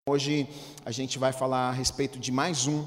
Hoje a gente vai falar a respeito de mais um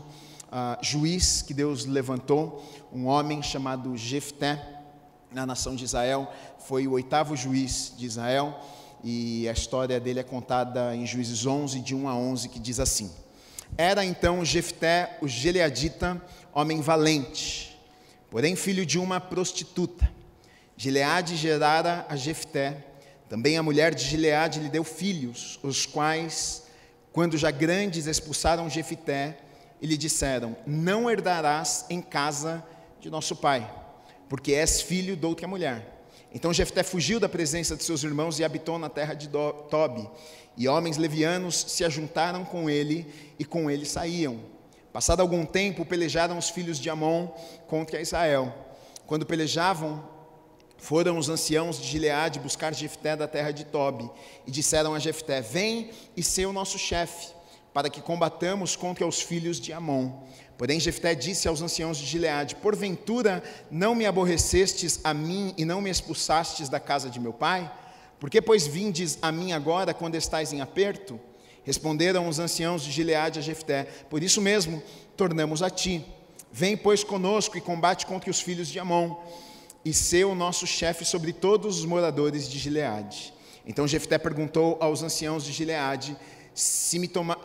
juiz que Deus levantou, um homem chamado Jefté, na nação de Israel. Foi o 8º juiz de Israel e a história dele é contada em Juízes 11, de 1 a 11, que diz assim: Era então Jefté o gileadita, homem valente, porém filho de uma prostituta. Gileade gerara a Jefté. Também a mulher de Gileade lhe deu filhos, os quais, quando já grandes, expulsaram Jefté e lhe disseram: Não herdarás em casa de nosso pai, porque és filho de outra mulher. Então Jefté fugiu da presença de seus irmãos e habitou na terra de Tobi. E homens levianos se ajuntaram com ele e com ele saíam. Passado algum tempo, pelejaram os filhos de Amon contra Israel. Quando pelejavam, foram os anciãos de Gileade buscar Jefté da terra de Tobi e disseram a Jefté: Vem e sê o nosso chefe, para que combatamos contra os filhos de Amon. Porém Jefté disse aos anciãos de Gileade: Porventura não me aborrecestes a mim e não me expulsastes da casa de meu pai? Por que, pois, vindes a mim agora quando estais em aperto? Responderam os anciãos de Gileade a Jefté: Por isso mesmo tornamos a ti. Vem, pois, conosco e combate contra os filhos de Amon, e ser o nosso chefe sobre todos os moradores de Gileade. Então Jefté perguntou aos anciãos de Gileade: Se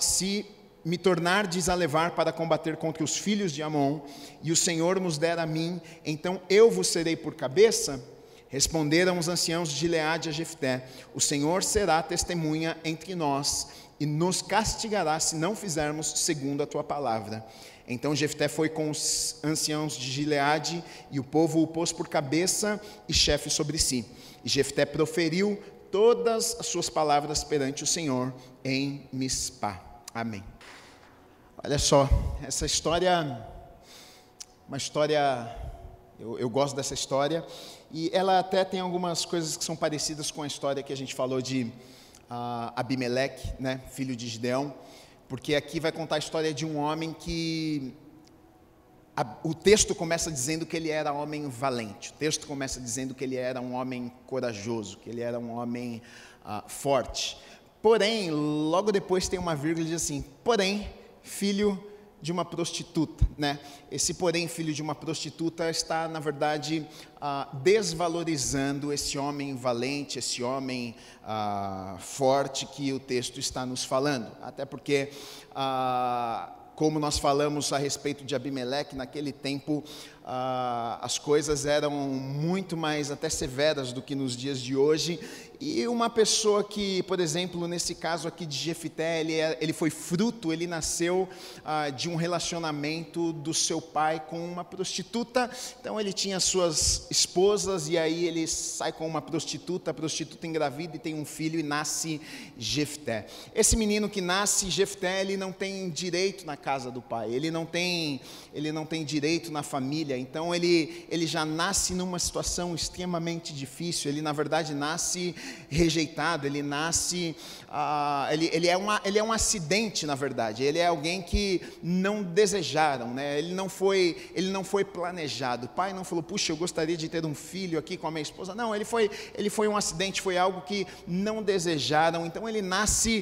me tornardes a levar para combater contra os filhos de Amon, e o Senhor nos der a mim, então eu vos serei por cabeça? Responderam os anciãos de Gileade a Jefté: O Senhor será testemunha entre nós, e nos castigará se não fizermos segundo a tua palavra. Então Jefté foi com os anciãos de Gileade, e o povo o pôs por cabeça e chefe sobre si. E Jefté proferiu todas as suas palavras perante o Senhor em Mispá. Amém. Olha só, essa história, uma história, eu gosto dessa história, e ela até tem algumas coisas que são parecidas com a história que a gente falou de Abimeleque, né, filho de Gideão. Porque aqui vai contar a história de um homem que o texto começa dizendo que ele era um homem valente. O texto começa dizendo que ele era um homem corajoso, que ele era um homem forte. Porém, logo depois tem uma vírgula e diz assim: porém, filho de uma prostituta, né? Esse porém, filho de uma prostituta, está, na verdade, desvalorizando esse homem valente, esse homem forte que o texto está nos falando. Até porque, como nós falamos a respeito de Abimeleque, naquele tempo as coisas eram muito mais até severas do que nos dias de hoje. E uma pessoa que, por exemplo, nesse caso aqui de Jefté, ele foi fruto, ele nasceu de um relacionamento do seu pai com uma prostituta. Então ele tinha suas esposas e aí ele sai com uma prostituta, a prostituta engravida e tem um filho e nasce Jefté. Esse menino que nasce, Jefté, ele não tem direito na casa do pai, ele não tem direito na família. Então ele já nasce numa situação extremamente difícil. Ele, na verdade, nasce rejeitado, ele nasce, ele é um acidente, na verdade. Ele é alguém que não desejaram, né? Ele não foi planejado. O pai não falou: puxa, eu gostaria de ter um filho aqui com a minha esposa. Não, ele foi um acidente, foi algo que não desejaram. Então ele nasce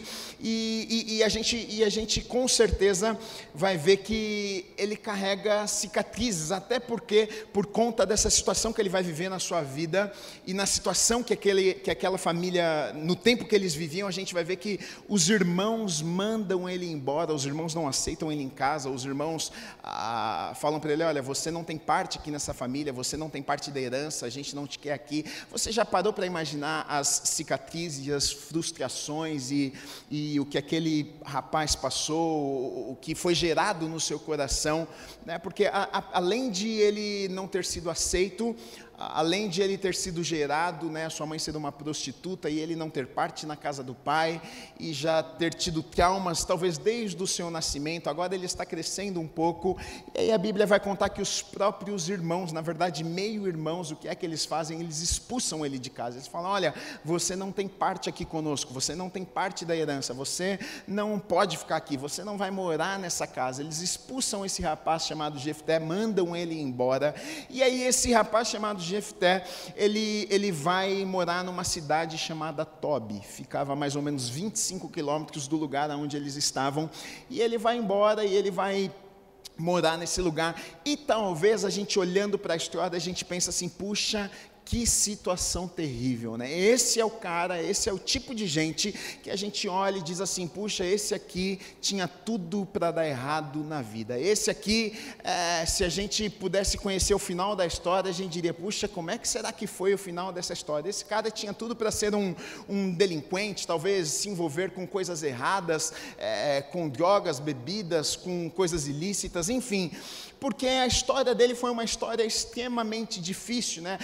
e a gente com certeza vai ver que ele carrega cicatrizes, até porque por conta dessa situação que ele vai viver na sua vida e na situação que aquela família, no tempo que eles viviam, a gente vai ver que os irmãos mandam ele embora, os irmãos não aceitam ele em casa, os irmãos falam para ele: olha, você não tem parte aqui nessa família, você não tem parte da herança, a gente não te quer aqui. Você já parou para imaginar as cicatrizes, as frustrações e o que aquele rapaz passou, o que foi gerado no seu coração, né? Porque além de ele não ter sido aceito, além de ele ter sido gerado, né, sua mãe ser uma prostituta e ele não ter parte na casa do pai e já ter tido traumas talvez desde o seu nascimento, agora ele está crescendo um pouco, e aí a Bíblia vai contar que os próprios irmãos, na verdade meio-irmãos, o que é que eles fazem? Eles expulsam ele de casa. Eles falam: olha, você não tem parte aqui conosco, você não tem parte da herança, você não pode ficar aqui, você não vai morar nessa casa. Eles expulsam esse rapaz chamado Jefté, mandam ele embora, e aí esse rapaz chamado Jefté, ele vai morar numa cidade chamada Tobi, ficava a mais ou menos 25 quilômetros do lugar onde eles estavam, e ele vai embora e ele vai morar nesse lugar, e talvez a gente olhando para a história, a gente pensa assim, puxa, que situação terrível, né? Esse é o cara, esse é o tipo de gente que a gente olha e diz assim, puxa, esse aqui tinha tudo para dar errado na vida. Esse aqui, se a gente pudesse conhecer o final da história, a gente diria, puxa, como é que será que foi o final dessa história? Esse cara tinha tudo para ser um delinquente, talvez se envolver com coisas erradas, com drogas, bebidas, com coisas ilícitas, enfim, porque a história dele foi uma história extremamente difícil, né?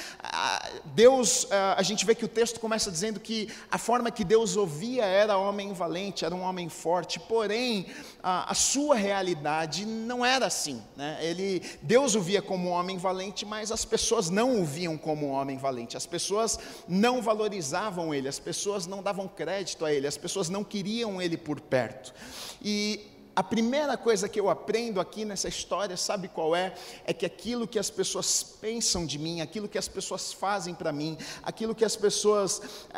Deus, a gente vê que o texto começa dizendo que a forma que Deus ouvia era homem valente, era um homem forte, porém, a sua realidade não era assim, né? Deus o via como um homem valente, mas as pessoas não o viam como um homem valente, as pessoas não valorizavam ele, as pessoas não davam crédito a ele, as pessoas não queriam ele por perto, e a primeira coisa que eu aprendo aqui nessa história, sabe qual é? É que aquilo que as pessoas pensam de mim, aquilo que as pessoas fazem para mim, aquilo que as pessoas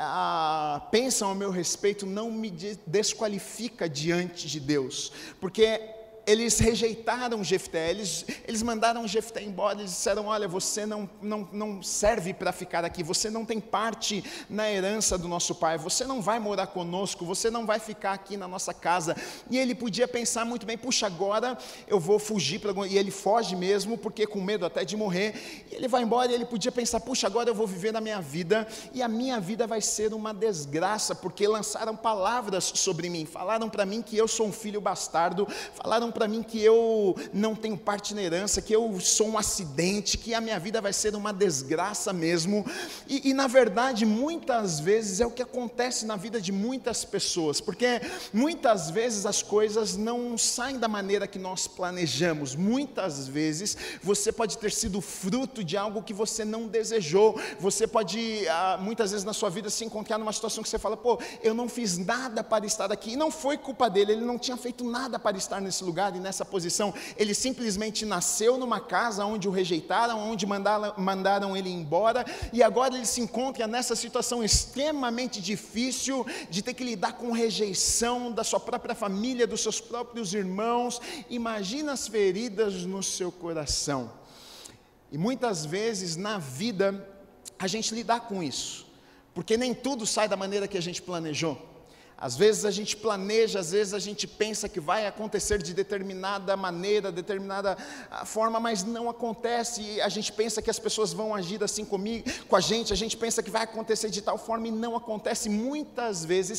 pensam ao meu respeito, não me desqualifica diante de Deus, porque eles rejeitaram Jefté, eles mandaram Jefté embora, eles disseram, olha, você não serve para ficar aqui, você não tem parte na herança do nosso pai, você não vai morar conosco, você não vai ficar aqui na nossa casa, e ele podia pensar muito bem, puxa, agora eu vou fugir, e ele foge mesmo, porque com medo até de morrer, e ele vai embora, e ele podia pensar, puxa, agora eu vou viver a minha vida, e a minha vida vai ser uma desgraça, porque lançaram palavras sobre mim, falaram para mim que eu sou um filho bastardo, falaram para mim que eu não tenho parte na herança, que eu sou um acidente, que a minha vida vai ser uma desgraça mesmo, e na verdade muitas vezes é o que acontece na vida de muitas pessoas, porque muitas vezes as coisas não saem da maneira que nós planejamos, muitas vezes você pode ter sido fruto de algo que você não desejou, você pode muitas vezes na sua vida se encontrar numa situação que você fala, pô, eu não fiz nada para estar aqui, e não foi culpa dele, ele não tinha feito nada para estar nesse lugar, e nessa posição, ele simplesmente nasceu numa casa onde o rejeitaram, onde mandaram ele embora, e agora ele se encontra nessa situação extremamente difícil, de ter que lidar com rejeição da sua própria família, dos seus próprios irmãos, imagina as feridas no seu coração, e muitas vezes na vida, a gente lidar com isso, porque nem tudo sai da maneira que a gente planejou. Às vezes a gente planeja, às vezes a gente pensa que vai acontecer de determinada maneira, determinada forma, mas não acontece, e a gente pensa que as pessoas vão agir assim com a gente pensa que vai acontecer de tal forma e não acontece. Muitas vezes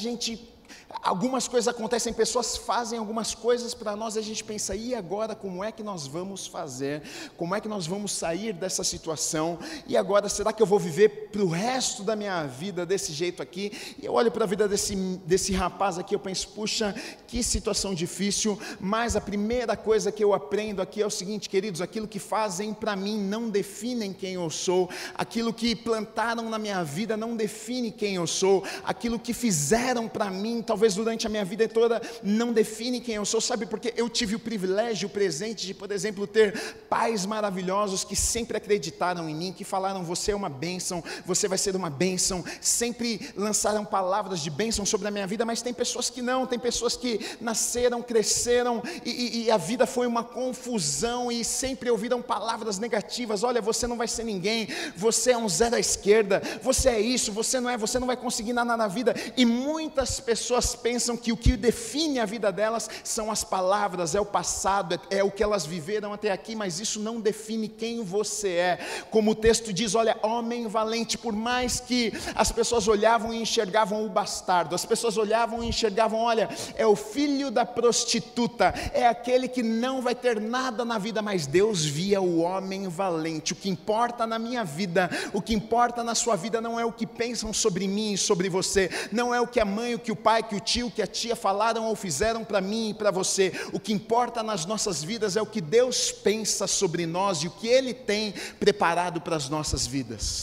algumas coisas acontecem, pessoas fazem algumas coisas para nós, e a gente pensa, e agora como é que nós vamos fazer? Como é que nós vamos sair dessa situação? E agora, será que eu vou viver para o resto da minha vida desse jeito aqui? E eu olho para a vida desse rapaz aqui, eu penso, puxa, que situação difícil, mas a primeira coisa que eu aprendo aqui é o seguinte, queridos, aquilo que fazem para mim não definem quem eu sou, aquilo que plantaram na minha vida não define quem eu sou, aquilo que fizeram para mim, talvez durante a minha vida toda, não define quem eu sou, sabe, porque eu tive o privilégio, o presente de, por exemplo, ter pais maravilhosos que sempre acreditaram em mim, que falaram, você é uma bênção, você vai ser uma bênção, sempre lançaram palavras de bênção sobre a minha vida, mas tem pessoas que não, tem pessoas que nasceram, cresceram, e a vida foi uma confusão, e sempre ouviram palavras negativas, olha, você não vai ser ninguém, você é um zero à esquerda, você é isso, você não vai conseguir nada na vida, e muitas pessoas pensam que o que define a vida delas são as palavras, é o passado, é o que elas viveram até aqui, mas isso não define quem você é, como o texto diz, olha, homem valente, por mais que as pessoas olhavam e enxergavam o bastardo, as pessoas olhavam e enxergavam, olha, é o filho da prostituta, é aquele que não vai ter nada na vida, mas Deus via o homem valente. O que importa na minha vida, o que importa na sua vida não é o que pensam sobre mim e sobre você, não é o que a mãe, o que o pai, que o tio, que a tia falaram ou fizeram para mim e para você, o que importa nas nossas vidas é o que Deus pensa sobre nós e o que Ele tem preparado para as nossas vidas.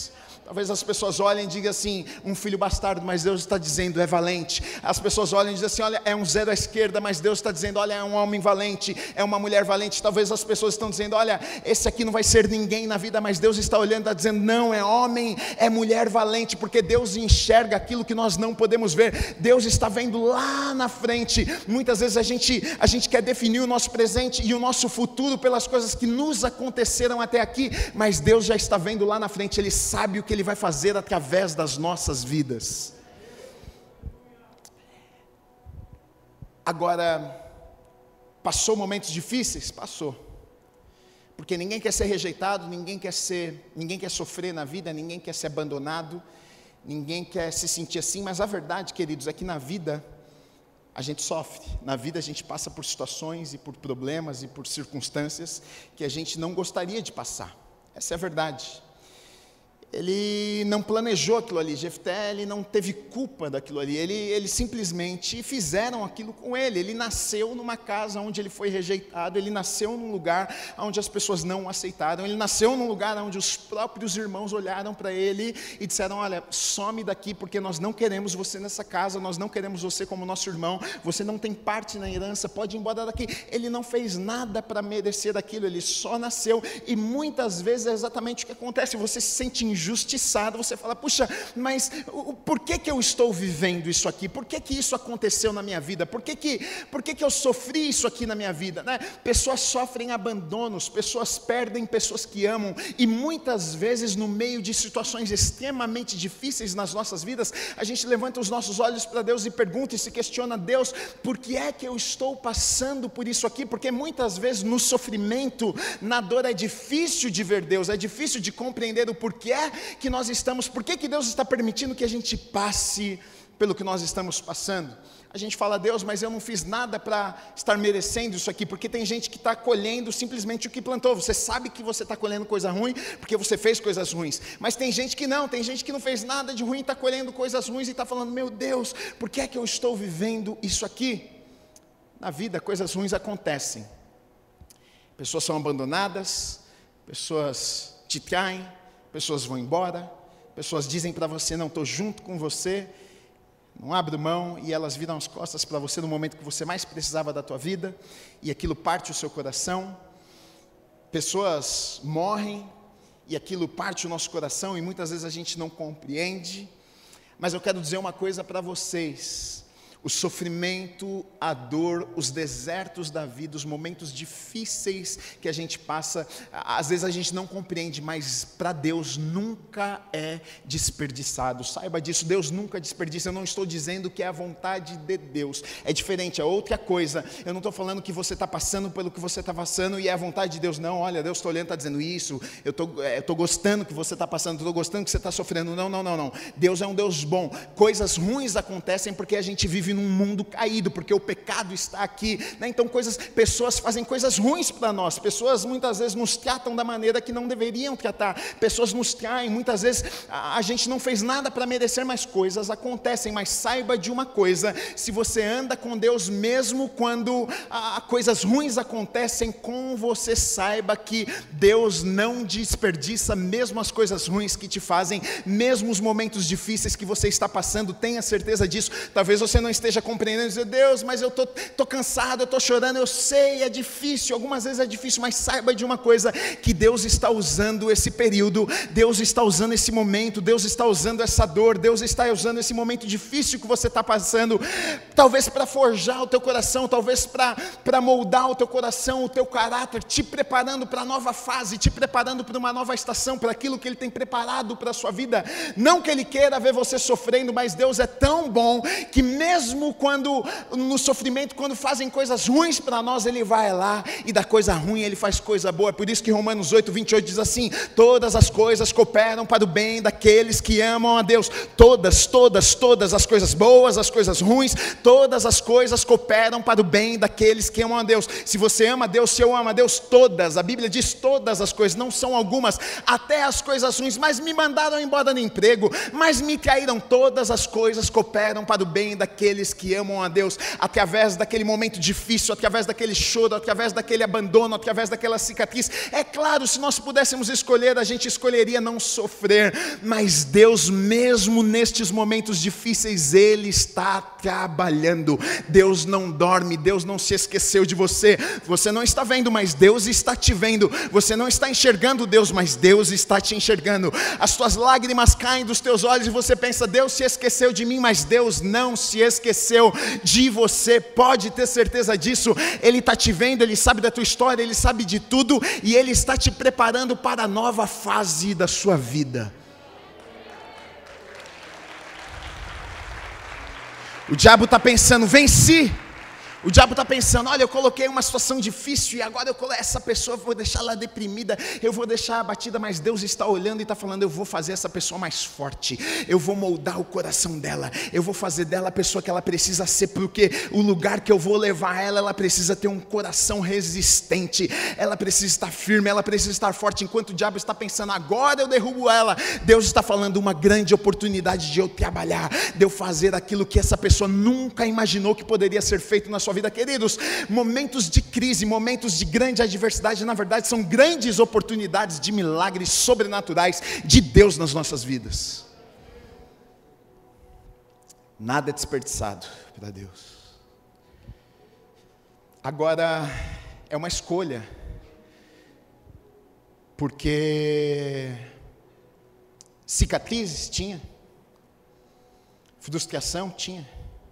Talvez as pessoas olhem e digam assim, um filho bastardo, mas Deus está dizendo, é valente. As pessoas olhem e dizem assim, olha, é um zero à esquerda, mas Deus está dizendo, olha, é um homem valente, é uma mulher valente. Talvez as pessoas estão dizendo, olha, esse aqui não vai ser ninguém na vida, mas Deus está olhando e está dizendo, não, é homem, é mulher valente, porque Deus enxerga aquilo que nós não podemos ver. Deus está vendo lá na frente. Muitas vezes a gente quer definir o nosso presente e o nosso futuro pelas coisas que nos aconteceram até aqui, mas Deus já está vendo lá na frente, Ele sabe o que Ele vai fazer através das nossas vidas. Agora, passou momentos difíceis? Passou. Porque ninguém quer ser rejeitado, ninguém quer sofrer na vida, ninguém quer ser abandonado, ninguém quer se sentir assim, mas a verdade, queridos, é que na vida a gente sofre, na vida a gente passa por situações e por problemas e por circunstâncias que a gente não gostaria de passar. Essa é a verdade. Ele não planejou aquilo ali, Jefté, ele não teve culpa daquilo ali, ele simplesmente fizeram aquilo com ele nasceu numa casa onde ele foi rejeitado, ele nasceu num lugar onde as pessoas não o aceitaram, ele nasceu num lugar onde os próprios irmãos olharam para ele e disseram, olha, some daqui porque nós não queremos você nessa casa, nós não queremos você como nosso irmão, você não tem parte na herança, pode ir embora daqui. Ele não fez nada para merecer aquilo, ele só nasceu, e muitas vezes é exatamente o que acontece, você se sente injustiçado, você fala, puxa, mas por que eu estou vivendo isso aqui? Por que isso aconteceu na minha vida? Por que eu sofri isso aqui na minha vida? Né? Pessoas sofrem abandonos, pessoas perdem pessoas que amam, e muitas vezes no meio de situações extremamente difíceis nas nossas vidas, a gente levanta os nossos olhos para Deus e pergunta e se questiona, Deus, por que é que eu estou passando por isso aqui? Porque muitas vezes no sofrimento, na dor, é difícil de ver Deus, é difícil de compreender o porquê que nós estamos, por que Deus está permitindo que a gente passe pelo que nós estamos passando. A gente fala, Deus, mas eu não fiz nada para estar merecendo isso aqui, porque tem gente que está colhendo simplesmente o que plantou. Você sabe que você está colhendo coisa ruim, porque você fez coisas ruins, mas tem gente que não fez nada de ruim, está colhendo coisas ruins e está falando, meu Deus, por que é que eu estou vivendo isso aqui? Na vida, coisas ruins acontecem, pessoas são abandonadas, pessoas te traem, pessoas vão embora, pessoas dizem para você, não, estou junto com você, não abro mão, e elas viram as costas para você no momento que você mais precisava da tua vida, e aquilo parte o seu coração. Pessoas morrem, e aquilo parte o nosso coração, e muitas vezes a gente não compreende, mas eu quero dizer uma coisa para vocês, o sofrimento, a dor, os desertos da vida, os momentos difíceis que a gente passa, às vezes a gente não compreende, mas para Deus nunca é desperdiçado. Saiba disso, Deus nunca desperdiça. Eu não estou dizendo que é a vontade de Deus, é diferente, é outra coisa. Eu não estou falando que você está passando pelo que você está passando e é a vontade de Deus. Não, olha, Deus está olhando, está dizendo isso, eu estou gostando que você está passando, estou gostando que você está sofrendo. Não. Deus é um Deus bom. Coisas ruins acontecem porque a gente vive num mundo caído, porque o pecado está aqui, né? Então pessoas fazem coisas ruins para nós, pessoas muitas vezes nos tratam da maneira que não deveriam tratar, pessoas nos traem, muitas vezes a gente não fez nada para merecer, mas coisas acontecem. Mas saiba de uma coisa, se você anda com Deus, mesmo quando coisas ruins acontecem com você, saiba que Deus não desperdiça mesmo as coisas ruins que te fazem, mesmo os momentos difíceis que você está passando, tenha certeza disso. Talvez você não esteja compreendendo, dizer, Deus, mas eu estou cansado, eu estou chorando, eu sei, é difícil, algumas vezes é difícil, mas saiba de uma coisa, que Deus está usando esse período, Deus está usando esse momento, Deus está usando essa dor, Deus está usando esse momento difícil que você está passando, talvez para forjar o teu coração, talvez para moldar o teu coração, o teu caráter, te preparando para a nova fase, te preparando para uma nova estação, para aquilo que Ele tem preparado para a sua vida. Não que Ele queira ver você sofrendo, mas Deus é tão bom, que mesmo quando no sofrimento, quando fazem coisas ruins para nós, Ele vai lá e da coisa ruim Ele faz coisa boa. É por isso que Romanos 8:28 diz assim, todas as coisas cooperam para o bem daqueles que amam a Deus. Todas as coisas boas, as coisas ruins, todas as coisas cooperam para o bem daqueles que amam a Deus. Se você ama a Deus, se eu amo a Deus, todas, a Bíblia diz todas as coisas, não são algumas, até as coisas ruins, mas me mandaram embora no emprego, mas me traíram, todas as coisas cooperam para o bem daqueles aqueles que amam a Deus, através daquele momento difícil, através daquele choro, através daquele abandono, através daquela cicatriz. É claro, se nós pudéssemos escolher, a gente escolheria não sofrer, mas Deus, mesmo nestes momentos difíceis, Ele está trabalhando. Deus não dorme, Deus não se esqueceu de você. Você não está vendo, mas Deus está te vendo. Você não está enxergando Deus, mas Deus está te enxergando. As tuas lágrimas caem dos teus olhos e você pensa: Deus se esqueceu de mim, mas Deus não se esqueceu de você. Pode ter certeza disso. Ele está te vendo, Ele sabe da tua história, Ele sabe de tudo, e Ele está te preparando para a nova fase da sua vida. O diabo está pensando: venci. O diabo está pensando: olha, eu coloquei uma situação difícil e agora eu coloquei essa pessoa, vou deixar ela deprimida, eu vou deixar abatida, mas Deus está olhando e está falando: eu vou fazer essa pessoa mais forte, eu vou moldar o coração dela, eu vou fazer dela a pessoa que ela precisa ser, porque o lugar que eu vou levar ela, ela precisa ter um coração resistente, ela precisa estar firme, ela precisa estar forte. Enquanto o diabo está pensando: agora eu derrubo ela, Deus está falando: uma grande oportunidade de eu trabalhar, de eu fazer aquilo que essa pessoa nunca imaginou que poderia ser feito na sua vida. Queridos, momentos de crise, momentos de grande adversidade, na verdade são grandes oportunidades de milagres sobrenaturais de Deus nas nossas vidas. Nada é desperdiçado para Deus. Agora é uma escolha, porque cicatrizes tinha, frustração tinha,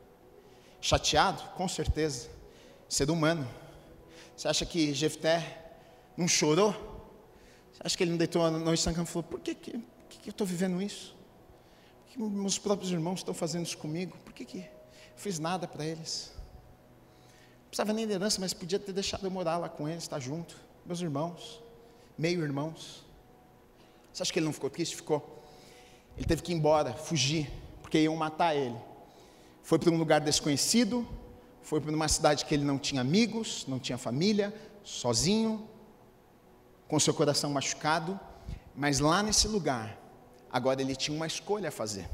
chateado, com certeza, ser humano. Você acha que Jefté não chorou? Você acha que ele não deitou a noite na cama e falou: por que eu estou vivendo isso? Por que meus próprios irmãos estão fazendo isso comigo? Por que eu fiz nada para eles? Não precisava nem de herança, mas podia ter deixado eu morar lá com eles, estar junto, meus irmãos, meio-irmãos. Você acha que ele não ficou triste? Ficou. Ele teve que ir embora, fugir, porque iam matar ele. Foi para um lugar desconhecido, foi para uma cidade que ele não tinha amigos, não tinha família, sozinho, com seu coração machucado, mas lá nesse lugar, agora ele tinha uma escolha a fazer.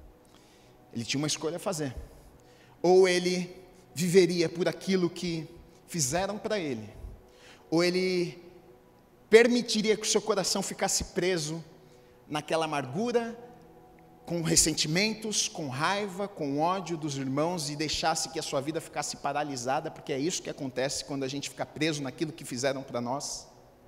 Ele tinha uma escolha a fazer. Ou ele viveria por aquilo que fizeram para ele, ou ele permitiria que o seu coração ficasse preso naquela amargura, com ressentimentos, com raiva, com ódio dos irmãos, e deixasse que a sua vida ficasse paralisada, porque é isso que acontece quando a gente fica preso naquilo que fizeram para nós.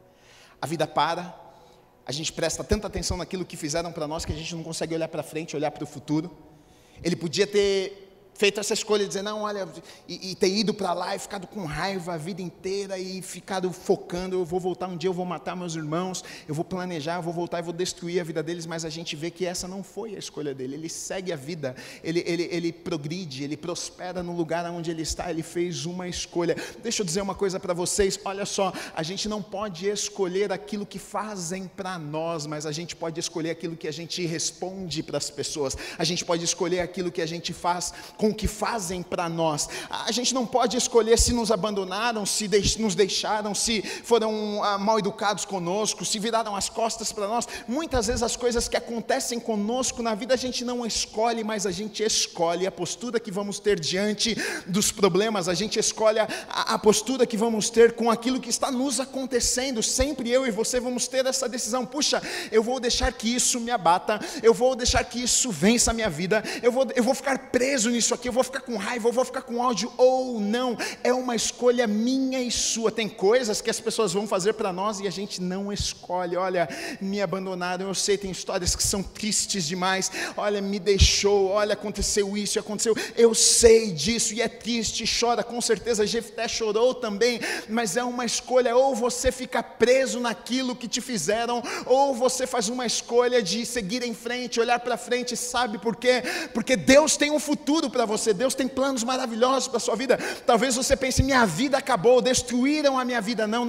A vida para, a gente presta tanta atenção naquilo que fizeram para nós, que a gente não consegue olhar para frente, olhar para o futuro. Ele podia ter feito essa escolha de dizer: não, olha, e ter ido para lá e ficado com raiva a vida inteira e ficado focando: eu vou voltar um dia, eu vou matar meus irmãos, eu vou planejar, eu vou voltar e vou destruir a vida deles. Mas a gente vê que essa não foi a escolha dele. Ele segue a vida, ele progride, ele prospera no lugar onde ele está. Ele fez uma escolha. Deixa eu dizer uma coisa para vocês: olha só, a gente não pode escolher aquilo que fazem para nós, mas a gente pode escolher aquilo que a gente responde para as pessoas. A gente pode escolher aquilo que a gente faz com o que fazem para nós. A gente não pode escolher se nos abandonaram, se nos deixaram, se foram mal educados conosco, se viraram as costas para nós. Muitas vezes as coisas que acontecem conosco na vida a gente não escolhe, mas a gente escolhe a postura que vamos ter diante dos problemas. A gente escolhe a postura que vamos ter com aquilo que está nos acontecendo. Sempre eu e você vamos ter essa decisão: puxa, eu vou deixar que isso me abata, eu vou deixar que isso vença a minha vida, eu vou ficar preso nisso aqui, eu vou ficar com raiva, eu vou ficar com ódio, ou não. É uma escolha minha e sua. Tem coisas que as pessoas vão fazer para nós e a gente não escolhe. Olha, me abandonaram, eu sei, tem histórias que são tristes demais. Olha, me deixou, olha, aconteceu isso, aconteceu, eu sei disso, e é triste, chora, com certeza Jefté chorou também, mas é uma escolha: ou você fica preso naquilo que te fizeram, ou você faz uma escolha de seguir em frente, olhar para frente. Sabe por quê? Porque Deus tem um futuro para você, Deus tem planos maravilhosos para a sua vida. Talvez você pense: minha vida acabou, destruíram a minha vida. Não.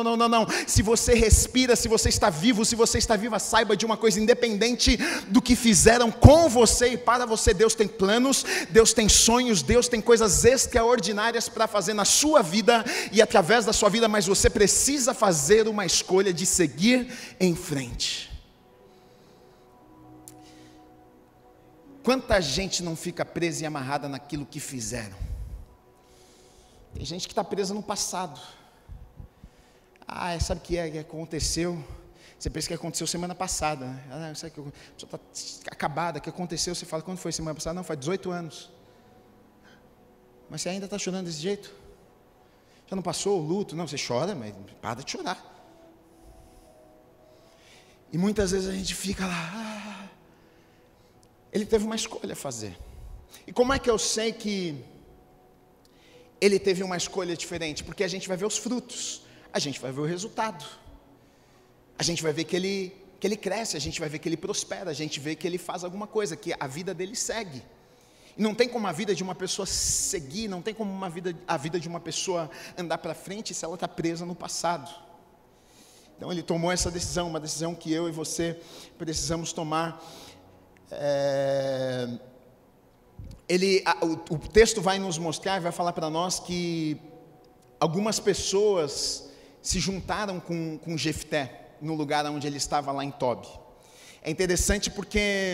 Se você respira, se você está vivo, se você está viva, saiba de uma coisa: independente do que fizeram com você e para você, Deus tem planos, Deus tem sonhos, Deus tem coisas extraordinárias para fazer na sua vida e através da sua vida, mas você precisa fazer uma escolha de seguir em frente. Quanta gente não fica presa e amarrada naquilo que fizeram? Tem gente que está presa no passado. Sabe o que aconteceu? Você pensa que aconteceu semana passada, né? Sabe que a pessoa está acabada, o que aconteceu? Você fala, quando foi semana passada? Não, faz 18 anos. Mas você ainda está chorando desse jeito? Já não passou o luto? Não, você chora, mas para de chorar. E muitas vezes a gente fica lá, ele teve uma escolha a fazer. E como é que eu sei que ele teve uma escolha diferente? Porque a gente vai ver os frutos, a gente vai ver o resultado, a gente vai ver que ele cresce, a gente vai ver que ele prospera, a gente vê que ele faz alguma coisa, que a vida dele segue. E não tem como a vida de uma pessoa seguir, não tem como a vida de uma pessoa andar para frente se ela está presa no passado. Então ele tomou essa decisão, uma decisão que eu e você precisamos tomar. O texto vai nos mostrar, vai falar para nós que algumas pessoas se juntaram com Jefté no lugar onde ele estava lá em Tobi. É interessante porque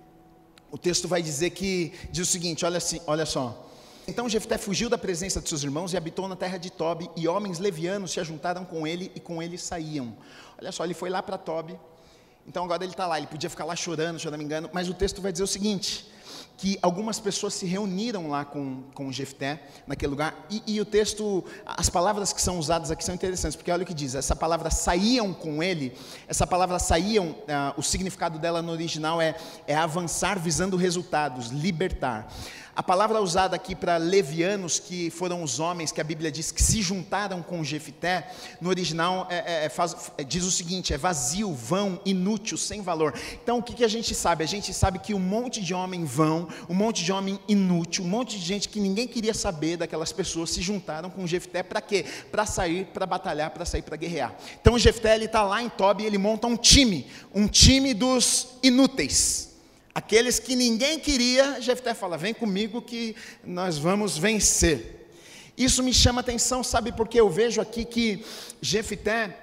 o texto vai dizer que, diz o seguinte, olha só. Então Jefté fugiu da presença de seus irmãos e habitou na terra de Tobi, e homens levianos se ajuntaram com ele e com ele saíam. Olha só, ele foi lá para Tobi, então agora ele está lá, ele podia ficar lá chorando, se eu não me engano, mas o texto vai dizer o seguinte, que algumas pessoas se reuniram lá com Jefté, naquele lugar, e o texto, as palavras que são usadas aqui são interessantes, porque olha o que diz, essa palavra saíam com ele, essa palavra saíam, o significado dela no original é avançar visando resultados, libertar. A palavra usada aqui para levianos, que foram os homens que a Bíblia diz que se juntaram com Jefté, no original diz o seguinte, é vazio, vão, inútil, sem valor. Então o que a gente sabe? A gente sabe que um monte de homem vão, um monte de homem inútil, um monte de gente que ninguém queria saber daquelas pessoas se juntaram com Jefté para quê? Para sair, para batalhar, para sair, para guerrear. Então Jefté, ele está lá em Tobi e ele monta um time dos inúteis. Aqueles que ninguém queria, Jefté fala, vem comigo que nós vamos vencer. Isso me chama atenção, sabe, porque eu vejo aqui que Jefté,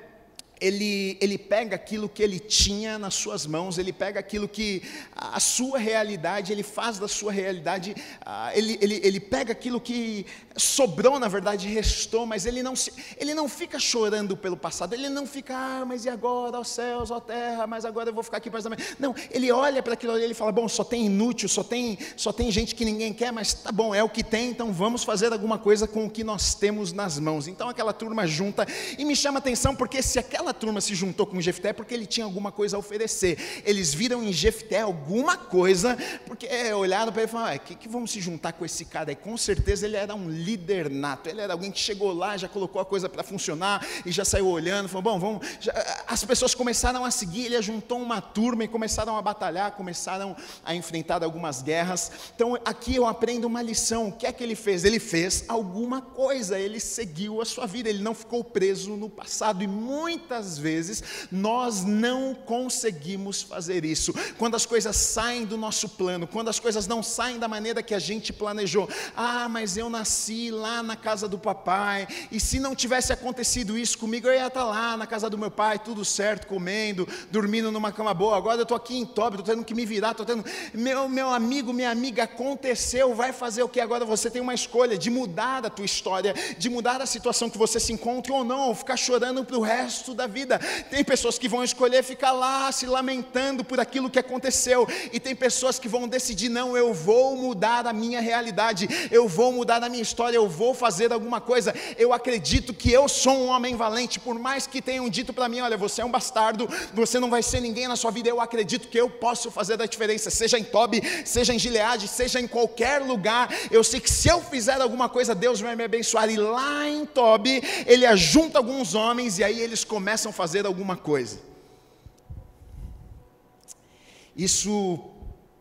ele pega aquilo que ele tinha nas suas mãos, ele pega aquilo que a sua realidade, ele faz da sua realidade, ele pega aquilo que sobrou, na verdade, restou, mas ele não fica chorando pelo passado, ele não fica, mas e agora, ó céus, ó terra, mas agora eu vou ficar aqui para examinar. Não, ele olha para aquilo ali e ele fala, bom, só tem inútil, só tem gente que ninguém quer, mas tá bom, é o que tem, então vamos fazer alguma coisa com o que nós temos nas mãos. Então aquela turma junta, e me chama atenção, porque se aquela turma se juntou com Jefté, porque ele tinha alguma coisa a oferecer, eles viram em Jefté alguma coisa, porque olharam para ele e falaram, que vamos se juntar com esse cara aí? Com certeza ele era um líder nato, ele era alguém que chegou lá, já colocou a coisa para funcionar, e já saiu olhando, falou, bom, as pessoas começaram a seguir, ele juntou uma turma e começaram a batalhar, começaram a enfrentar algumas guerras. Então aqui eu aprendo uma lição, o que é que ele fez? Ele fez alguma coisa, ele seguiu a sua vida, ele não ficou preso no passado, e muitas vezes nós não conseguimos fazer isso, quando as coisas saem do nosso plano, quando as coisas não saem da maneira que a gente planejou. Mas eu nasci lá na casa do papai, e se não tivesse acontecido isso comigo, eu ia estar lá na casa do meu pai, tudo certo, comendo, dormindo numa cama boa. Agora eu estou aqui em Tobi, estou tendo que me virar, meu amigo, minha amiga, aconteceu, vai fazer o que? Agora você tem uma escolha de mudar a tua história, de mudar a situação que você se encontra ou não, ou ficar chorando para o resto da vida. Tem pessoas que vão escolher ficar lá se lamentando por aquilo que aconteceu, e tem pessoas que vão decidir, não, eu vou mudar a minha realidade, eu vou mudar a minha história, eu vou fazer alguma coisa. Eu acredito que eu sou um homem valente, por mais que tenham dito para mim, olha, você é um bastardo, você não vai ser ninguém na sua vida. Eu acredito que eu posso fazer a diferença, seja em Tobi, seja em Gileade, seja em qualquer lugar. Eu sei que se eu fizer alguma coisa, Deus vai me abençoar. E lá em Tobi, ele ajunta alguns homens, e aí eles começam a fazer alguma coisa. Isso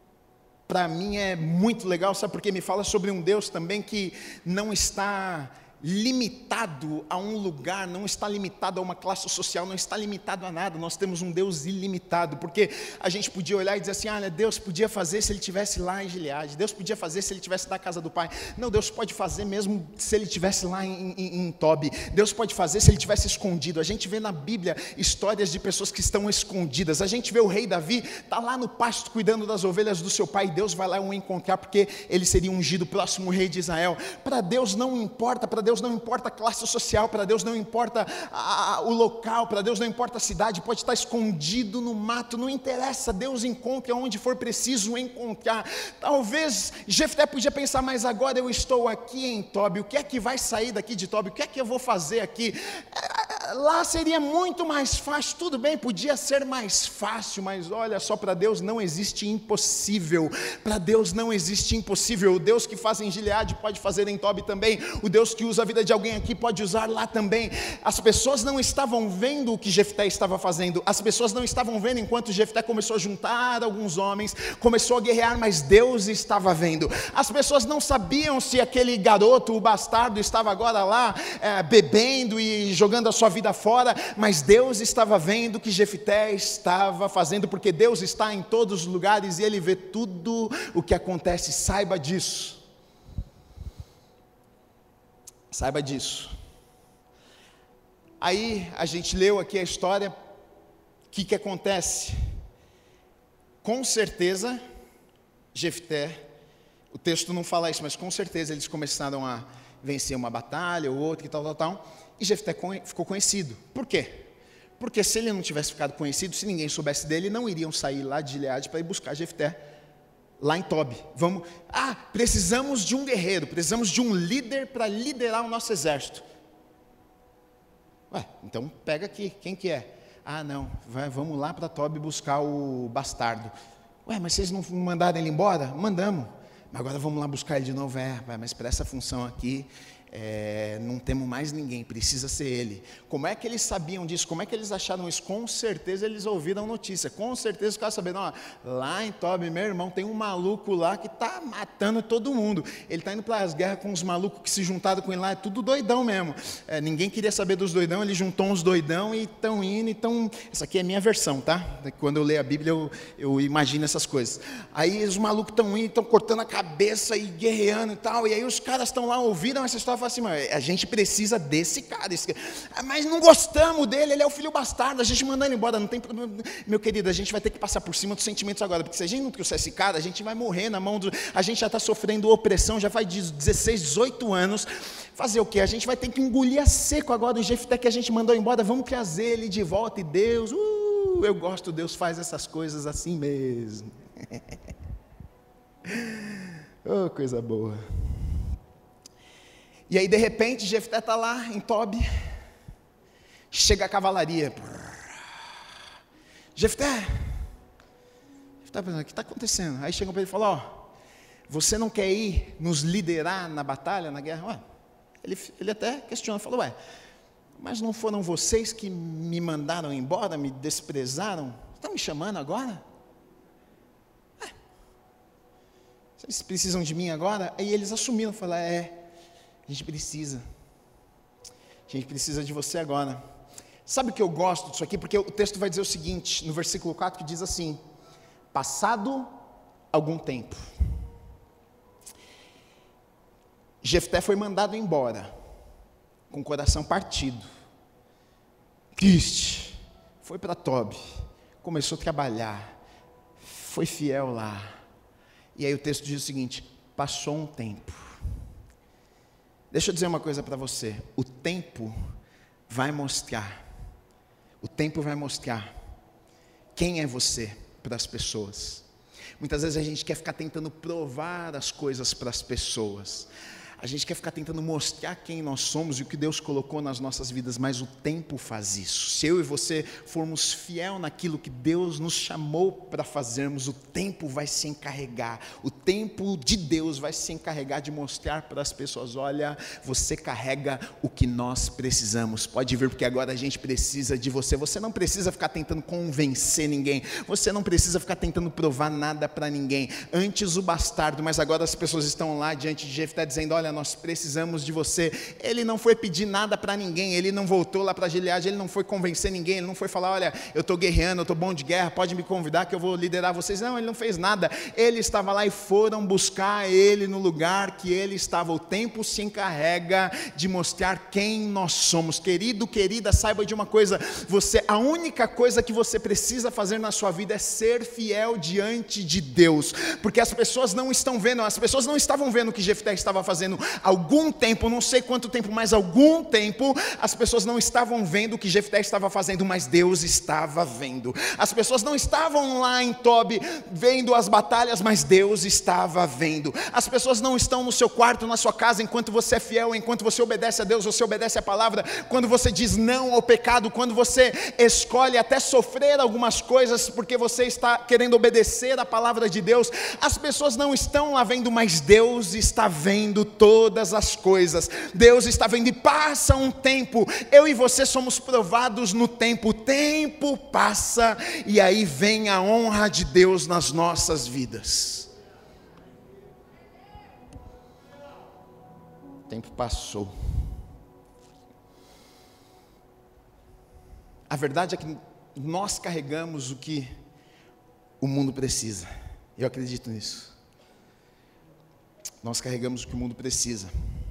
para mim é muito legal, sabe, porque me fala sobre um Deus também que não está limitado a um lugar, não está limitado a uma classe social, não está limitado a nada. Nós temos um Deus ilimitado, porque a gente podia olhar e dizer assim, olha, Deus podia fazer se Ele estivesse lá em Gileade, Deus podia fazer se Ele estivesse na casa do Pai. Não, Deus pode fazer mesmo se Ele estivesse lá em Tobi, Deus pode fazer se Ele estivesse escondido. A gente vê na Bíblia histórias de pessoas que estão escondidas. A gente vê o rei Davi, está lá no pasto cuidando das ovelhas do seu pai, e Deus vai lá o encontrar, porque ele seria ungido próximo rei de Israel. Para Deus não importa a classe social, para Deus não importa o local, para Deus não importa a cidade, pode estar escondido no mato, não interessa, Deus encontra onde for preciso encontrar. Talvez Jefté podia pensar, mas agora eu estou aqui em Tobi, o que é que vai sair daqui de Tobi, o que é que eu vou fazer aqui? Lá seria muito mais fácil, tudo bem, podia ser mais fácil, mas olha só, para Deus não existe impossível, para Deus não existe impossível. O Deus que faz em Gileade pode fazer em Tobi também, o Deus que usa a vida de alguém aqui pode usar lá também. As pessoas não estavam vendo o que Jefté estava fazendo, as pessoas não estavam vendo enquanto Jefté começou a juntar alguns homens, começou a guerrear, mas Deus estava vendo. As pessoas não sabiam se aquele garoto, o bastardo, estava agora lá bebendo e jogando a sua vida fora, mas Deus estava vendo o que Jefté estava fazendo, porque Deus está em todos os lugares e Ele vê tudo o que acontece. Saiba disso. Saiba disso. Aí a gente leu aqui a história. O que acontece? Com certeza, Jefté, o texto não fala isso, mas com certeza eles começaram a vencer uma batalha ou outra e tal. E Jefté ficou conhecido. Por quê? Porque se ele não tivesse ficado conhecido, se ninguém soubesse dele, não iriam sair lá de Gileade para ir buscar Jefté lá em Tobi. Precisamos de um guerreiro, precisamos de um líder para liderar o nosso exército. Então pega aqui, quem que é? Não, vamos lá para Tobi buscar o bastardo. Mas vocês não mandaram ele embora? Mandamos. Mas agora vamos lá buscar ele de novo. Mas para essa função aqui, não temos mais ninguém, precisa ser ele. Como é que eles sabiam disso? Como é que eles acharam isso? Com certeza eles ouviram notícia, com certeza ficaram sabendo, lá em Tobi, meu irmão, tem um maluco lá que está matando todo mundo, ele está indo para as guerras com os malucos que se juntaram com ele lá, é tudo doidão mesmo, ninguém queria saber dos doidão, ele juntou uns doidão e estão indo, essa aqui é a minha versão, tá? Quando eu leio a Bíblia eu imagino essas coisas. Aí os malucos estão indo, estão cortando a cabeça e guerreando e tal, e aí os caras estão lá, ouviram essa história, assim, a gente precisa desse cara, mas não gostamos dele, ele é o filho bastardo, a gente manda ele embora, não tem problema. Meu querido, a gente vai ter que passar por cima dos sentimentos agora, porque se a gente não trouxer esse cara, a gente vai morrer na mão a gente já está sofrendo opressão, já faz 16, 18 anos, fazer o quê? A gente vai ter que engolir a seco agora o Jefté que a gente mandou embora, vamos trazer ele de volta, e Deus, eu gosto, Deus faz essas coisas assim mesmo. Oh, coisa boa. E aí de repente Jefté está lá em Tobi, chega a cavalaria. Jefté pensando, o que está acontecendo? Aí chegam para ele e falam, você não quer ir nos liderar na batalha, na guerra? Ele até questiona, falou, mas não foram vocês que me mandaram embora, me desprezaram? Estão me chamando agora? Vocês precisam de mim agora? Aí eles assumiram, falaram, a gente precisa de você agora. Sabe o que eu gosto disso aqui? Porque o texto vai dizer o seguinte, no versículo 4, que diz assim, passado algum tempo, Jefté foi mandado embora, com o coração partido, triste, foi para Tobi, começou a trabalhar, foi fiel lá, e aí o texto diz o seguinte, passou um tempo. Deixa eu dizer uma coisa para você, o tempo vai mostrar quem é você para as pessoas. Muitas vezes a gente quer ficar tentando provar as coisas para as pessoas, a gente quer ficar tentando mostrar quem nós somos e o que Deus colocou nas nossas vidas, mas o tempo faz isso. Se eu e você formos fiel naquilo que Deus nos chamou para fazermos, o tempo vai se encarregar, o tempo de Deus vai se encarregar de mostrar para as pessoas, olha, você carrega o que nós precisamos, pode vir, porque agora a gente precisa de você. Você não precisa ficar tentando convencer ninguém, você não precisa ficar tentando provar nada para ninguém. Antes o bastardo, mas agora as pessoas estão lá diante de Jefté dizendo, olha, olha, nós precisamos de você. Ele não foi pedir nada para ninguém, ele não voltou lá para Gileade, ele não foi convencer ninguém, ele não foi falar, olha, eu estou guerreando, eu estou bom de guerra, pode me convidar que eu vou liderar vocês. Não, ele não fez nada, ele estava lá e foram buscar ele no lugar que ele estava. O tempo se encarrega de mostrar quem nós somos. Querido, querida, saiba de uma coisa, a única coisa que você precisa fazer na sua vida é ser fiel diante de Deus, porque as pessoas não estão vendo, as pessoas não estavam vendo o que Jefté estava fazendo há algum tempo, não sei quanto tempo, mas algum tempo, as pessoas não estavam vendo o que Jefté estava fazendo, mas Deus estava vendo. As pessoas não estavam lá em Tobi vendo as batalhas, mas Deus estava vendo. As pessoas não estão no seu quarto, na sua casa, enquanto você é fiel, enquanto você obedece a Deus, você obedece a palavra, quando você diz não ao pecado, quando você escolhe até sofrer algumas coisas, porque você está querendo obedecer a palavra de Deus. As pessoas não estão lá vendo, mas Deus está vendo todas as coisas. Deus está vendo, e passa um tempo, eu e você somos provados no tempo. O tempo passa, e aí vem a honra de Deus nas nossas vidas. O tempo passou. A verdade é que nós carregamos o que o mundo precisa. Eu acredito nisso. Nós carregamos o que o mundo precisa.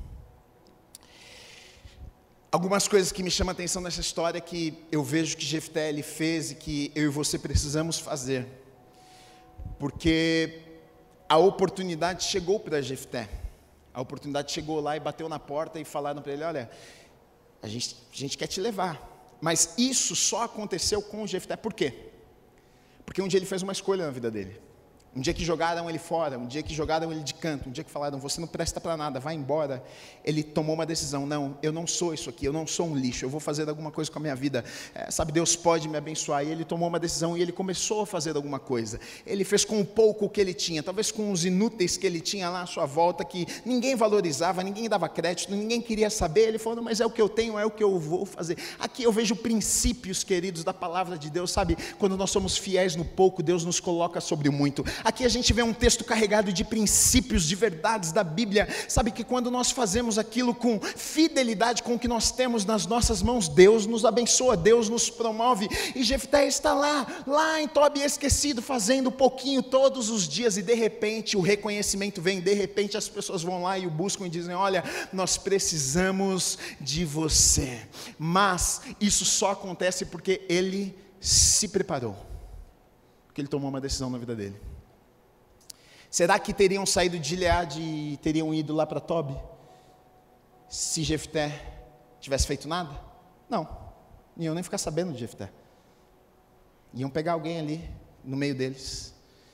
Algumas coisas que me chamam a atenção nessa história, que eu vejo que Jefté ele fez e que eu e você precisamos fazer, porque a oportunidade chegou para Jefté. A oportunidade chegou lá e bateu na porta e falaram para ele, olha, a gente quer te levar. Mas isso só aconteceu com Jefté. Por quê? Porque um dia ele fez uma escolha na vida dele. Um dia que jogaram ele fora, um dia que jogaram ele de canto, um dia que falaram, você não presta para nada, vai embora. Ele tomou uma decisão, não, eu não sou isso aqui, eu não sou um lixo, eu vou fazer alguma coisa com a minha vida. Sabe, Deus pode me abençoar. E ele tomou uma decisão e ele começou a fazer alguma coisa. Ele fez com o pouco que ele tinha, talvez com os inúteis que ele tinha lá à sua volta, que ninguém valorizava, ninguém dava crédito, ninguém queria saber. Ele falou, não, mas é o que eu tenho, é o que eu vou fazer. Aqui eu vejo princípios, queridos, da palavra de Deus, sabe, quando nós somos fiéis no pouco, Deus nos coloca sobre o muito. Aqui a gente vê um texto carregado de princípios, de verdades da Bíblia. Sabe que quando nós fazemos aquilo com fidelidade, com o que nós temos nas nossas mãos, Deus nos abençoa, Deus nos promove. E Jefté está lá em Tobi esquecido, fazendo pouquinho todos os dias, e de repente o reconhecimento vem, de repente as pessoas vão lá e o buscam e dizem, olha, nós precisamos de você. Mas isso só acontece porque ele se preparou, porque ele tomou uma decisão na vida dele. Será que teriam saído de Gileade e teriam ido lá para Tobi se Jefté tivesse feito nada? Não, iam nem ficar sabendo de Jefté. Iam pegar alguém ali no meio deles.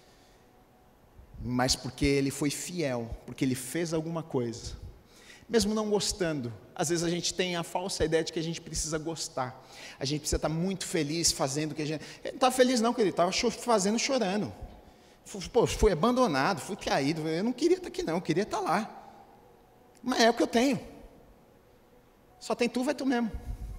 Mas porque ele foi fiel, porque ele fez alguma coisa, mesmo não gostando. Às vezes a gente tem a falsa ideia de que a gente precisa gostar. A gente precisa estar muito feliz fazendo o que a gente... Ele não estava feliz não, porque ele estava fazendo chorando. Pô, fui abandonado, fui caído, eu não queria estar aqui não, eu queria estar lá. Mas é o que eu tenho. Só tem tu, vai tu mesmo.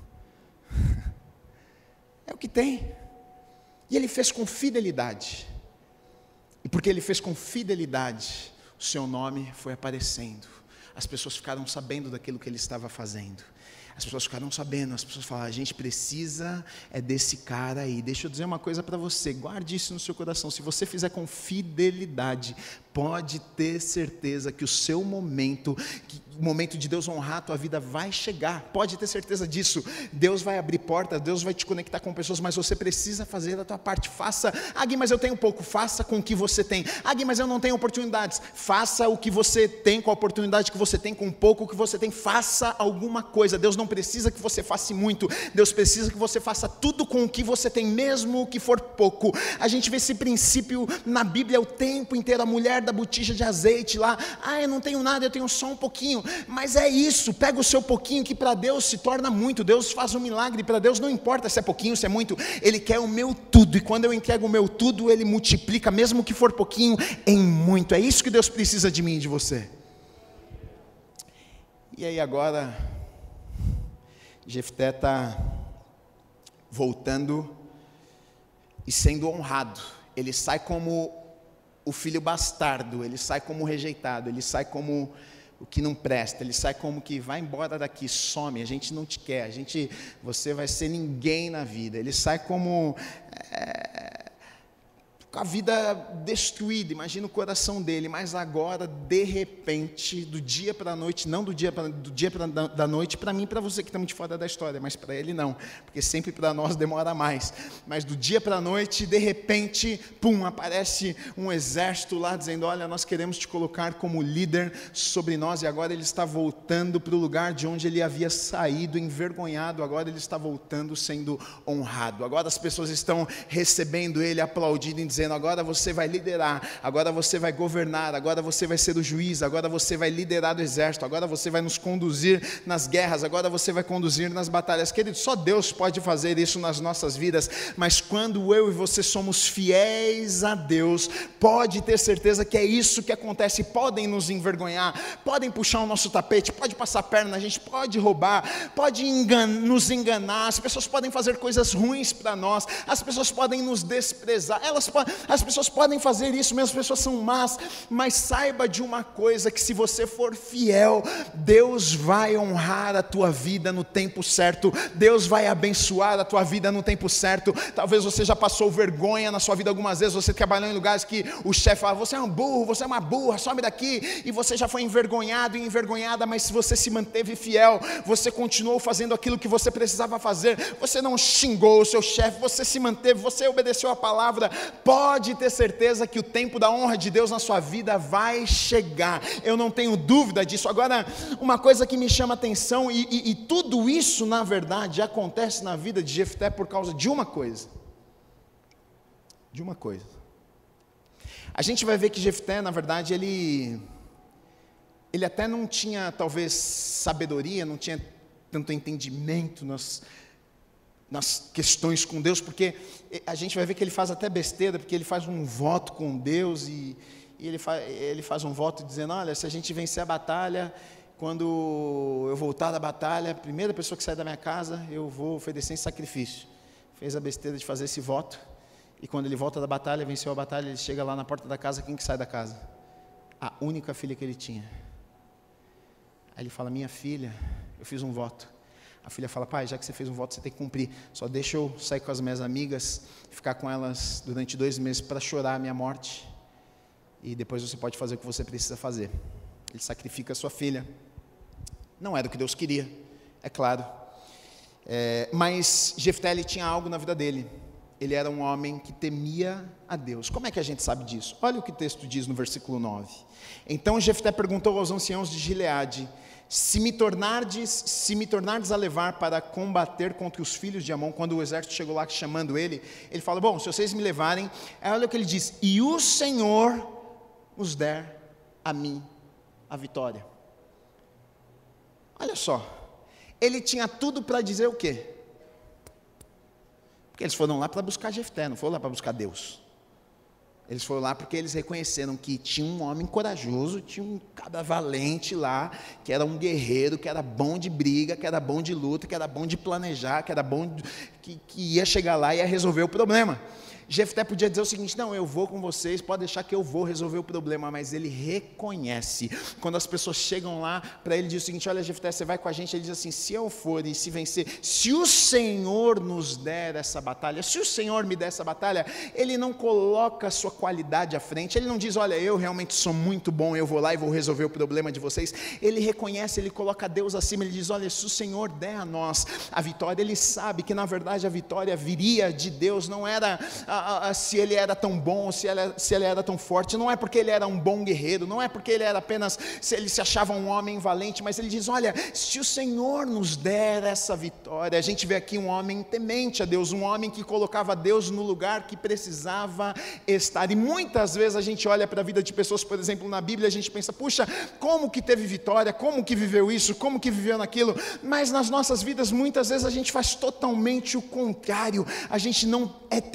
É o que tem. E ele fez com fidelidade. E porque ele fez com fidelidade, o seu nome foi aparecendo. As pessoas ficaram sabendo daquilo que ele estava fazendo. As pessoas ficaram sabendo, as pessoas falaram, a gente precisa desse cara aí. Deixa eu dizer uma coisa para você, guarde isso no seu coração. Se você fizer com fidelidade, pode ter certeza que o seu momento, o momento de Deus honrar a tua vida vai chegar. Pode ter certeza disso. Deus vai abrir portas, Deus vai te conectar com pessoas, mas você precisa fazer a tua parte. Faça. Gui, mas eu tenho pouco. Faça com o que você tem. Gui, mas eu não tenho oportunidades. Faça o que você tem com a oportunidade que você tem, com o pouco que você tem. Faça alguma coisa. Deus não precisa que você faça muito. Deus precisa que você faça tudo com o que você tem, mesmo que for pouco. A gente vê esse princípio na Bíblia o tempo inteiro. A mulher da botija de azeite lá, eu não tenho nada, eu tenho só um pouquinho. Mas é isso, pega o seu pouquinho, que para Deus se torna muito. Deus faz um milagre. Para Deus não importa se é pouquinho, se é muito. Ele quer o meu tudo, e quando eu entrego o meu tudo, Ele multiplica, mesmo que for pouquinho, em muito. É isso que Deus precisa de mim e de você. E aí agora Jefté está voltando e sendo honrado. Ele sai como o filho bastardo, ele sai como rejeitado, ele sai como o que não presta. Ele sai como que vai embora daqui, some, a gente não te quer, você vai ser ninguém na vida. Ele sai como com a vida destruída, imagina o coração dele, mas agora, de repente, do dia para a noite, não do dia para da noite, para mim e para você que está muito fora da história, mas para ele não, porque sempre para nós demora mais, mas do dia para a noite, de repente, pum, aparece um exército lá dizendo, olha, nós queremos te colocar como líder sobre nós, e agora ele está voltando para o lugar de onde ele havia saído envergonhado, agora ele está voltando sendo honrado, agora as pessoas estão recebendo ele, aplaudindo e dizendo, agora você vai liderar, agora você vai governar, agora você vai ser o juiz, agora você vai liderar do exército, agora você vai nos conduzir nas guerras, agora você vai conduzir nas batalhas. Querido, só Deus pode fazer isso nas nossas vidas, mas quando eu e você somos fiéis a Deus, pode ter certeza que é isso que acontece. Podem nos envergonhar, podem puxar o nosso tapete, pode passar a perna, a gente pode roubar, pode nos enganar, as pessoas podem fazer coisas ruins para nós, as pessoas podem nos desprezar, as pessoas podem fazer isso, mesmo as pessoas são más, mas saiba de uma coisa, que se você for fiel, Deus vai honrar a tua vida no tempo certo, Deus vai abençoar a tua vida no tempo certo. Talvez você já passou vergonha na sua vida algumas vezes, você trabalhou em lugares que o chefe fala, você é um burro, você é uma burra, some daqui, e você já foi envergonhado e envergonhada, mas se você se manteve fiel, você continuou fazendo aquilo que você precisava fazer, você não xingou o seu chefe, você se manteve, você obedeceu a palavra, pode ter certeza que o tempo da honra de Deus na sua vida vai chegar, eu não tenho dúvida disso. Agora, uma coisa que me chama a atenção, e tudo isso na verdade acontece na vida de Jefté por causa de uma coisa, a gente vai ver que Jefté, na verdade, ele até não tinha talvez sabedoria, não tinha tanto entendimento nas questões com Deus, porque a gente vai ver que ele faz até besteira, porque ele faz um voto com Deus, e ele faz um voto dizendo, olha, se a gente vencer a batalha, quando eu voltar da batalha, a primeira pessoa que sai da minha casa, eu vou oferecer em sacrifício. Fez a besteira de fazer esse voto, e quando ele volta da batalha, venceu a batalha, ele chega lá na porta da casa, quem que sai da casa? A única filha que ele tinha. Aí ele fala, minha filha, eu fiz um voto. A filha fala, pai, já que você fez um voto, você tem que cumprir, só deixa eu sair com as minhas amigas, ficar com elas durante 2 meses para chorar a minha morte, e depois você pode fazer o que você precisa fazer. Ele sacrifica a sua filha, não era o que Deus queria, é claro, mas Jefté, ele tinha algo na vida dele, ele era um homem que temia a Deus. Como é que a gente sabe disso? Olha o que o texto diz no versículo 9, então Jefté perguntou aos anciãos de Gileade, se me tornardes a levar para combater contra os filhos de Amon, quando o exército chegou lá chamando ele fala, bom, se vocês me levarem, olha o que ele diz, e o Senhor nos der a mim a vitória. Olha só, ele tinha tudo para dizer o quê? Porque eles foram lá para buscar Jefté, não foram lá para buscar Deus. Eles foram lá porque eles reconheceram que tinha um homem corajoso, tinha um cara valente lá, que era um guerreiro, que era bom de briga, que era bom de luta, que era bom de planejar, que era bom, que ia chegar lá e ia resolver o problema. Jefté podia dizer o seguinte, não, eu vou com vocês, pode deixar que eu vou resolver o problema, mas ele reconhece, quando as pessoas chegam lá, para ele diz o seguinte, olha Jefté, você vai com a gente, ele diz assim, se eu for e se vencer, se o Senhor nos der essa batalha, se o Senhor me der essa batalha, ele não coloca a sua qualidade à frente, ele não diz, olha, eu realmente sou muito bom, eu vou lá e vou resolver o problema de vocês, ele reconhece, ele coloca Deus acima, ele diz, olha, se o Senhor der a nós a vitória, ele sabe que na verdade a vitória viria de Deus, não era se ele era tão bom, se ele era tão forte, não é porque ele era um bom guerreiro, não é porque ele era apenas, se ele se achava um homem valente, mas ele diz, olha, se o Senhor nos der essa vitória, a gente vê aqui um homem temente a Deus, um homem que colocava Deus no lugar que precisava estar, e muitas vezes a gente olha para a vida de pessoas, por exemplo, na Bíblia, a gente pensa, puxa, como que teve vitória, como que viveu isso, como que viveu naquilo, mas nas nossas vidas, muitas vezes a gente faz totalmente o contrário, a gente não é temente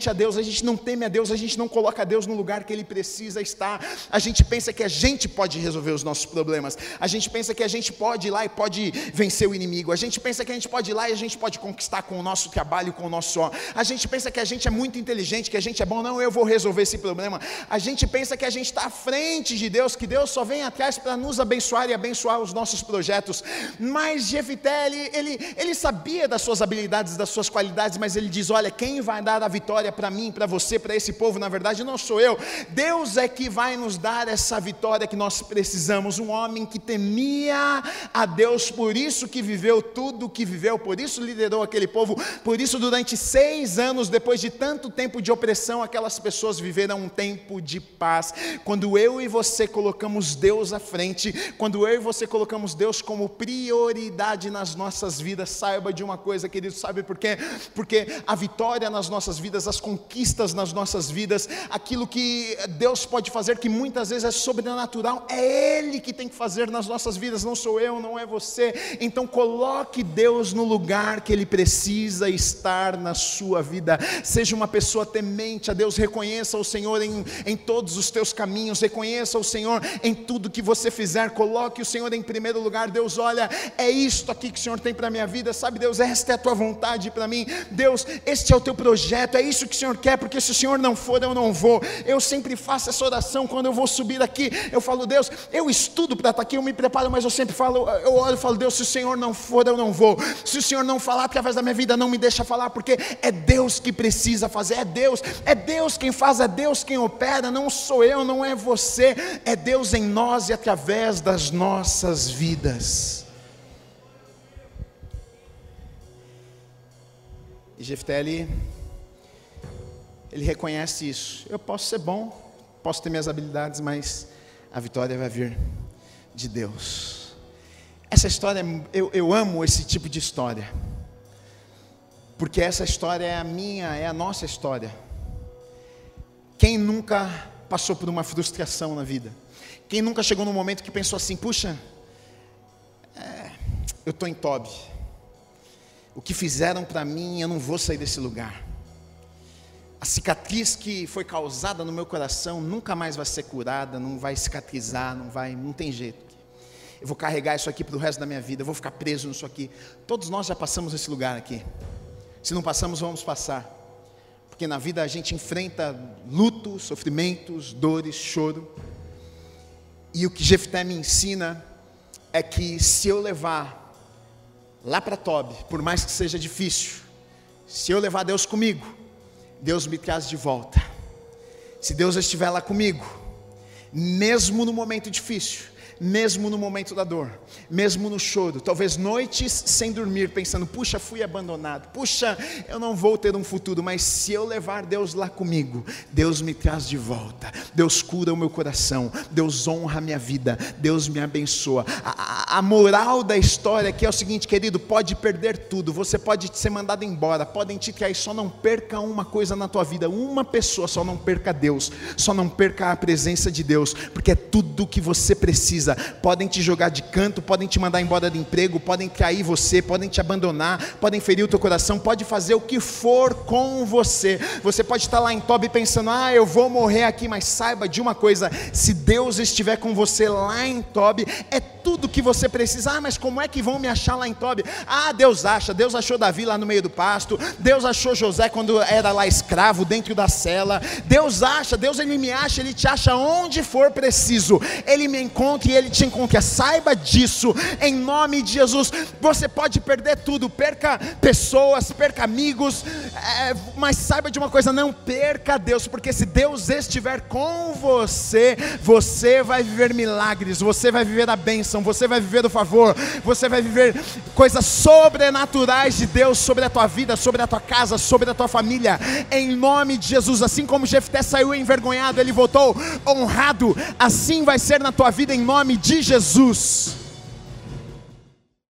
temente a Deus, a gente não teme a Deus, a gente não coloca a Deus no lugar que Ele precisa estar. A gente pensa que a gente pode resolver os nossos problemas, a gente pensa que a gente pode ir lá e pode vencer o inimigo, a gente pensa que a gente pode ir lá e a gente pode conquistar com o nosso trabalho, com o nosso suor, a gente pensa que a gente é muito inteligente, que a gente é bom, não, eu vou resolver esse problema, a gente pensa que a gente está à frente de Deus, que Deus só vem atrás para nos abençoar e abençoar os nossos projetos. Mas Jefté, ele sabia das suas habilidades, das suas qualidades, mas ele diz: olha, quem vai dar a vitória para mim, para você, para esse povo, na verdade não sou eu, Deus é que vai nos dar essa vitória que nós precisamos. Um homem que temia a Deus, por isso que viveu tudo o que viveu, por isso liderou aquele povo, por isso durante 6 anos, depois de tanto tempo de opressão, aquelas pessoas viveram um tempo de paz. Quando eu e você colocamos Deus à frente, quando eu e você colocamos Deus como prioridade nas nossas vidas, saiba de uma coisa, querido, sabe por quê? Porque a vitória nas nossas vidas, as conquistas nas nossas vidas, aquilo que Deus pode fazer, que muitas vezes é sobrenatural, é Ele que tem que fazer nas nossas vidas, não sou eu, não é você. Então coloque Deus no lugar que Ele precisa estar na sua vida. Seja uma pessoa temente a Deus, reconheça o Senhor em todos os teus caminhos, reconheça o Senhor em tudo que você fizer, coloque o Senhor em primeiro lugar. Deus, olha, é isto aqui que o Senhor tem para a minha vida, sabe Deus, esta é a tua vontade para mim, Deus, este é o teu projeto, é isso que o Senhor quer, porque se o Senhor não for, eu não vou. Eu sempre faço essa oração quando eu vou subir aqui, eu falo: Deus, eu estudo para estar aqui, eu me preparo, mas eu sempre falo, eu oro e falo: Deus, se o Senhor não for, eu não vou. Se o Senhor não falar através da minha vida, não me deixa falar, porque é Deus que precisa fazer, é Deus quem faz, é Deus quem opera, não sou eu, não é você, é Deus em nós e através das nossas vidas. E Jefté, ele reconhece isso. Eu posso ser bom, posso ter minhas habilidades, mas a vitória vai vir de Deus. Essa história, eu amo esse tipo de história, porque essa história é a minha, é a nossa história. Quem nunca passou por uma frustração na vida? Quem nunca chegou num momento que pensou assim: puxa, eu estou em Tobi, o que fizeram para mim, eu não vou sair desse lugar. A cicatriz que foi causada no meu coração nunca mais vai ser curada, não vai cicatrizar, não tem jeito. Eu vou carregar isso aqui para o resto da minha vida, eu vou ficar preso nisso aqui. Todos nós já passamos esse lugar aqui. Se não passamos, vamos passar. Porque na vida a gente enfrenta luto, sofrimentos, dores, choro. E o que Jefté me ensina é que se eu levar lá para Tobi, por mais que seja difícil, se eu levar Deus comigo, Deus me traz de volta. Se Deus estiver lá comigo, mesmo no momento difícil, mesmo no momento da dor, mesmo no choro, talvez noites sem dormir, pensando: puxa, fui abandonado, puxa, eu não vou ter um futuro, mas se eu levar Deus lá comigo, Deus me traz de volta, Deus cura o meu coração, Deus honra a minha vida, Deus me abençoa. A moral da história aqui é o seguinte, querido: pode perder tudo, você pode ser mandado embora, podem te trair, só não perca uma coisa na tua vida, uma pessoa, só não perca Deus, só não perca a presença de Deus, porque é tudo que você precisa. Podem te jogar de canto, podem te mandar embora do emprego, podem trair você, podem te abandonar, podem ferir o teu coração, pode fazer o que for com você. Você pode estar lá em Tobi pensando: eu vou morrer aqui, mas saiba de uma coisa: se Deus estiver com você lá em Tobi, é tudo que você precisa. Mas como é que vão me achar lá em Tobi? Deus achou Davi lá no meio do pasto, Deus achou José quando era lá escravo dentro da cela, Deus ele me acha, Ele te acha onde for preciso, Ele me encontra e Ele te encontra. Saiba disso, em nome de Jesus. Você pode perder tudo, perca pessoas, perca amigos, mas saiba de uma coisa: não perca Deus, porque se Deus estiver com você, você vai viver milagres, você vai viver a bênção, você vai viver o favor, você vai viver coisas sobrenaturais de Deus sobre a tua vida, sobre a tua casa, sobre a tua família, em nome de Jesus. Assim como Jefté saiu envergonhado, ele voltou honrado, assim vai ser na tua vida, em nome de Jesus.